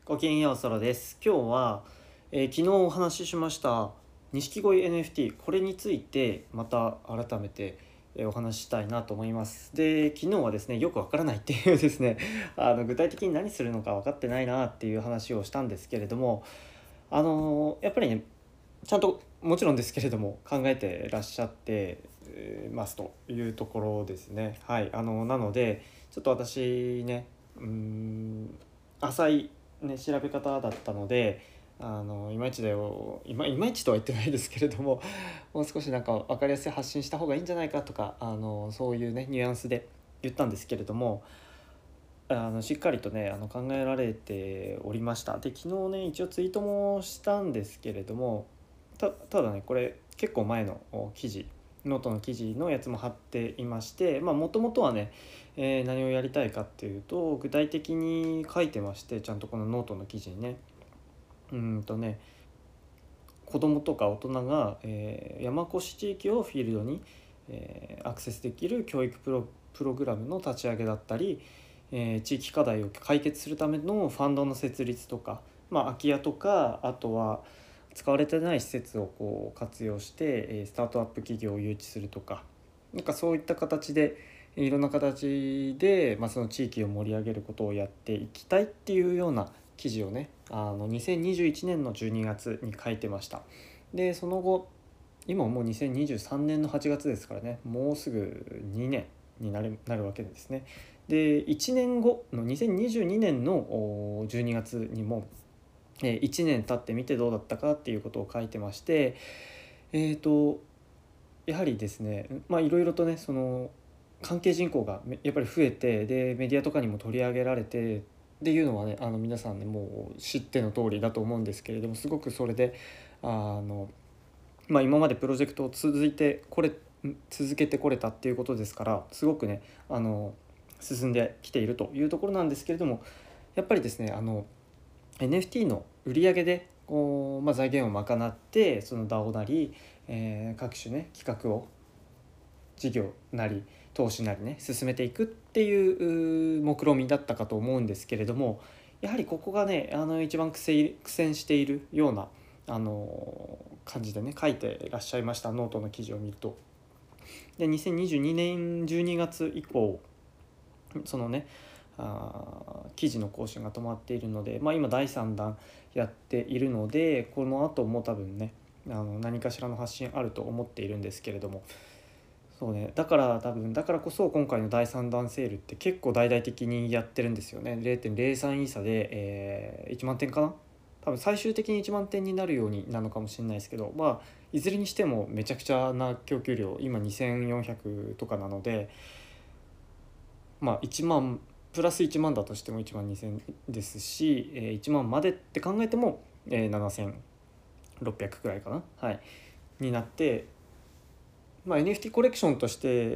ごきげんよう、ソロです。今日は、昨日お話ししました錦鯉 NFT、これについてまた改めて、お話ししたいなと思います。で、昨日はですね、よくわからないっていうですね、具体的に何するのか分かってないなっていう話をしたんですけれども、やっぱりね、ちゃんともちろんですけれども考えてらっしゃってますというところですね。はい、なのでちょっと私ね、浅い、ね、調べ方だったのでいまいちだよ、いまいちとは言ってないですけれども、もう少しなんか分かりやすい発信した方がいいんじゃないかとかそういうねニュアンスで言ったんですけれども、しっかりとね考えられておりました。で、昨日ね一応ツイートもしたんですけれども、ただねこれ結構前の記事、ノートの記事のやつも貼っていまして、もともとはね、何をやりたいかっていうと具体的に書いてまして、ちゃんとこのノートの記事にね子どもとか大人が、山古志地域をフィールドに、アクセスできる教育プログラムの立ち上げだったり、地域課題を解決するためのファンドの設立とか、空き家とか、あとは使われてない施設をこう活用して、スタートアップ企業を誘致するとか、なんかそういった形でいろんな形で、その地域を盛り上げることをやっていきたいっていうような記事をね2021年の12月に書いてました。でその後今もう2023年の8月ですからね、もうすぐ2年になるわけですね。で1年後の2022年の12月にも1年経ってみてどうだったかっていうことを書いてまして、やはりですね、いろいろとねその関係人口がやっぱり増えて、でメディアとかにも取り上げられてっていうのはね皆さんねもう知っての通りだと思うんですけれども、すごくそれで今までプロジェクトを続けてこれたっていうことですから、すごくね進んできているというところなんですけれども、やっぱりですねNFT の売り上げでこう、財源を賄って、その DAO なり、各種ね企画を事業なり投資なりね進めていくっていう目論見だったかと思うんですけれども、やはりここがね一番苦戦しているような感じでね書いてらっしゃいました。ノートの記事を見ると、で2022年12月以降そのね記事の更新が止まっているので、今第3弾やっているので、この後も多分ね何かしらの発信あると思っているんですけれども、そうね、だからこそ今回の第3弾セールって結構大々的にやってるんですよね。0.03イーサで、1万点かな。多分最終的に1万点になるようになるのかもしれないですけど、いずれにしてもめちゃくちゃな供給量、今2400とかなので、1万プラス1万だとしても1万2000ですし、1万までって考えても、7600くらいかな、はいになって、NFT コレクションとして、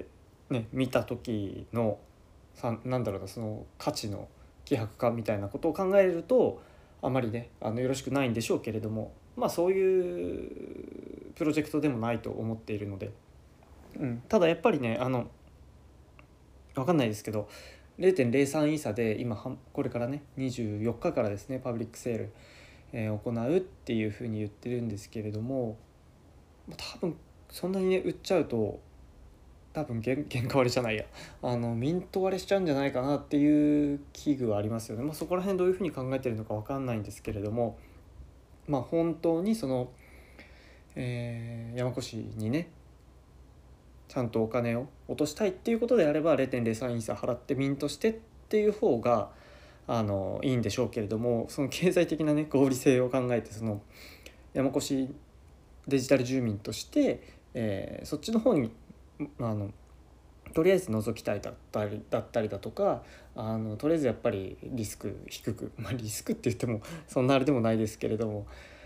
ね、見た時のなんだろうな、その価値の希薄化みたいなことを考えるとあまりねよろしくないんでしょうけれども、そういうプロジェクトでもないと思っているので、ただやっぱりね分かんないですけど0.03イーサで今これからね24日かからですねパブリックセール、行うっていうふうに言ってるんですけれども、多分そんなにね売っちゃうと多分原価割れじゃないやミント割れしちゃうんじゃないかなっていう危惧はありますよね。そこら辺どういうふうに考えてるのか分かんないんですけれども、本当にその、山越にねちゃんとお金を落としたいっていうことであれば0.03イーサ払ってミントしてっていう方がいいんでしょうけれども、その経済的なね合理性を考えて、その山越デジタル住民として、そっちの方にとりあえず覗きたいだったりだとか、とりあえずやっぱりリスク低く、リスクって言ってもそんなあれでもないですけれども、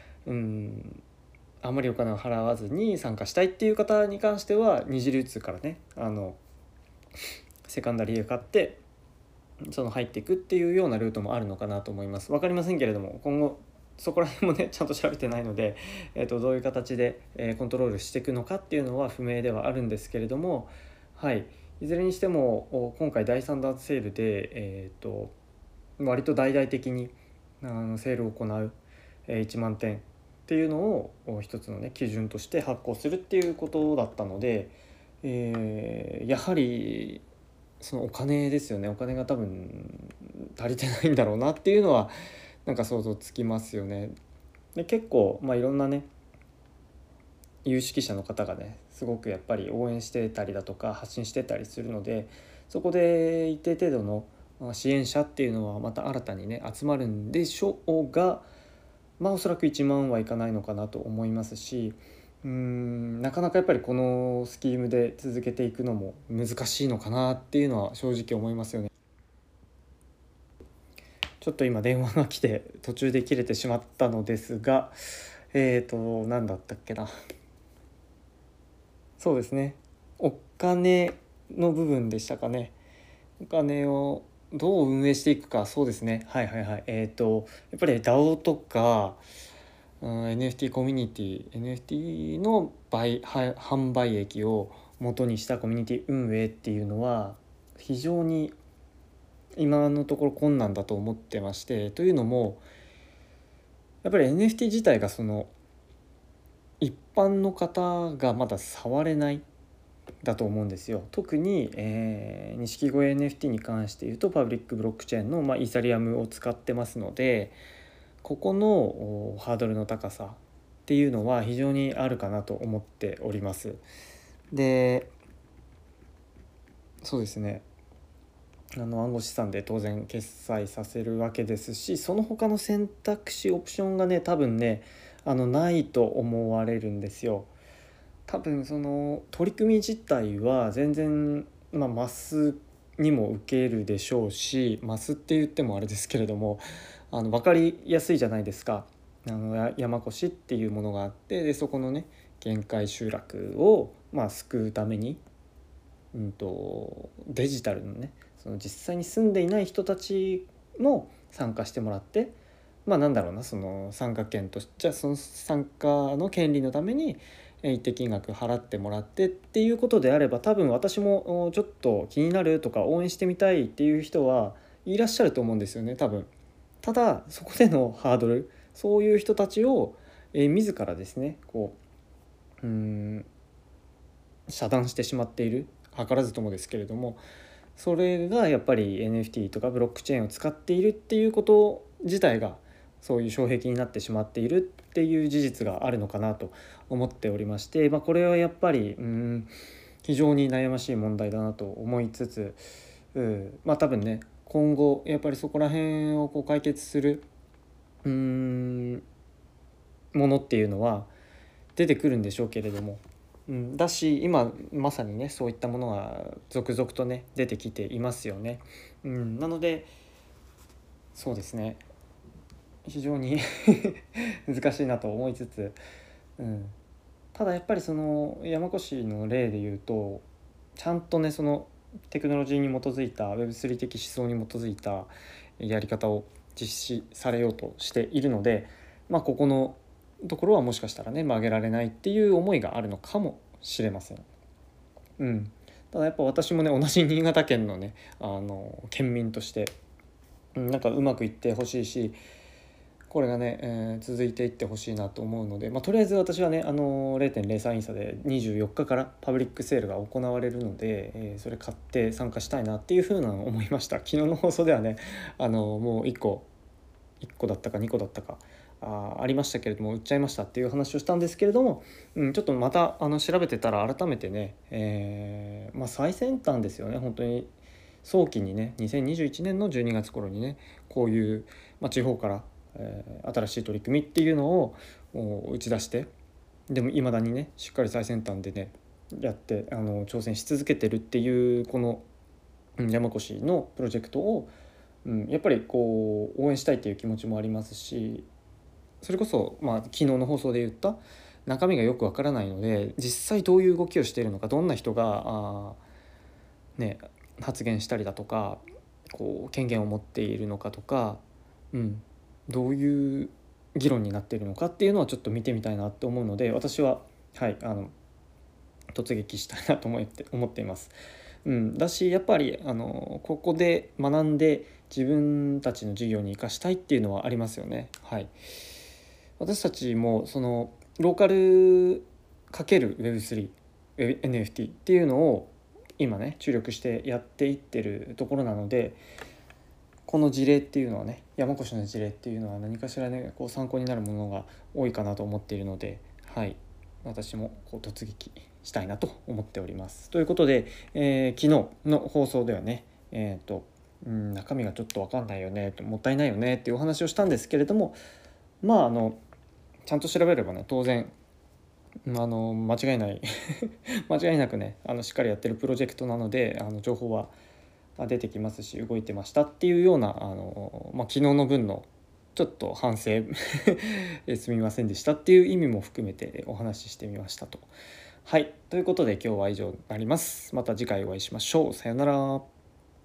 あまりお金を払わずに参加したいっていう方に関しては二次流通からねセカンダリーを買ってその入っていくっていうようなルートもあるのかなと思います。分かりませんけれども、今後そこら辺もねちゃんと調べてないので、どういう形で、コントロールしていくのかっていうのは不明ではあるんですけれども、いずれにしても今回第3弾セールで、割と大々的にセールを行う、1万点っていうのを一つのね基準として発行するっていうことだったので、やはりそのお金ですよね。お金が多分足りてないんだろうなっていうのはなんか想像つきますよね。で結構いろんなね有識者の方がねすごくやっぱり応援してたりだとか発信してたりするので、そこで一定程度の支援者っていうのはまた新たにね集まるんでしょうが、おそらく1万はいかないのかなと思いますし、なかなかやっぱりこのスキームで続けていくのも難しいのかなっていうのは正直思いますよね。ちょっと今電話が来て途中で切れてしまったのですが、何だったっけな。そうですね、お金の部分でしたかね。お金をどう運営していくか。そうですね、はいはいはい。やっぱり DAO とか、NFT コミュニティ NFT の販売益を元にしたコミュニティ運営っていうのは非常に今のところ困難だと思ってまして、というのもやっぱり NFT 自体がその一般の方がまだ触れないだと思うんですよ。特に、錦鯉 NFT に関して言うとパブリックブロックチェーンの、イーサリアムを使ってますので、ここのハードルの高さっていうのは非常にあるかなと思っております。で、そうですね、暗号資産で当然決済させるわけですし、その他の選択肢オプションがね多分ねないと思われるんですよ。多分その取り組み自体は全然、マスにも受けるでしょうし、マスって言ってもあれですけれども分かりやすいじゃないですか。山古志っていうものがあって、でそこのね限界集落を、救うために、デジタルのねその実際に住んでいない人たちも参加してもらって、なんだろうな、その参加権としてじゃあその参加の権利のために一定金額払ってもらってっていうことであれば、多分私もちょっと気になるとか応援してみたいっていう人はいらっしゃると思うんですよね、多分。ただそこでのハードル、そういう人たちを自らですね遮断してしまっている、図らずともですけれども、それがやっぱり NFT とかブロックチェーンを使っているっていうこと自体がそういう障壁になってしまっているっていう事実があるのかなと思っておりまして、これはやっぱり非常に悩ましい問題だなと思いつつ、多分ね今後やっぱりそこら辺を解決するものっていうのは出てくるんでしょうけれども、だし今まさにねそういったものが続々とね出てきていますよね。なのでそうですね、非常に難しいなと思いつつ、ただやっぱりその山越の例で言うと、ちゃんとねそのテクノロジーに基づいた Web3 的思想に基づいたやり方を実施されようとしているので、ここのところはもしかしたらね曲げられないっていう思いがあるのかもしれません。ただやっぱ私もね同じ新潟県のね県民として、なんかうまくいってほしいし、これがね、続いていってほしいなと思うので、とりあえず私はね0.03イーサで24日からパブリックセールが行われるので、それ買って参加したいなっていうふうなのを思いました。昨日の放送ではねもう1個だったか2個だったかありましたけれども売っちゃいましたっていう話をしたんですけれども、ちょっとまた調べてたら改めてね、最先端ですよね本当に。早期にね2021年の12月頃にねこういう、地方から新しい取り組みっていうのを打ち出して、でもいまだにねしっかり最先端でねやって挑戦し続けてるっていうこの山越のプロジェクトを、やっぱりこう応援したいっていう気持ちもありますし、それこそ、昨日の放送で言った中身がよくわからないので、実際どういう動きをしているのか、どんな人が発言したりだとか権限を持っているのかとか、どういう議論になっているのかっていうのはちょっと見てみたいなと思うので、私は突撃したいなと思っています。だしやっぱりここで学んで自分たちの事業に生かしたいっていうのはありますよね。はい、私たちもそのローカル×Web3、NFT っていうのを今ね注力してやっていってるところなので、この事例っていうのはね、山越の事例っていうのは何かしらねこう参考になるものが多いかなと思っているので、はい、私もこう突撃したいなと思っております。ということで、昨日の放送ではね、中身がちょっと分かんないよね、もったいないよねっていうお話をしたんですけれども、ちゃんと調べればね当然間違いない間違いなくねしっかりやってるプロジェクトなので、情報は出てきますし動いてましたっていうような昨日の分のちょっと反省すみませんでしたっていう意味も含めてお話ししてみましたと。はい、ということで今日は以上になります。また次回お会いしましょう。さようなら。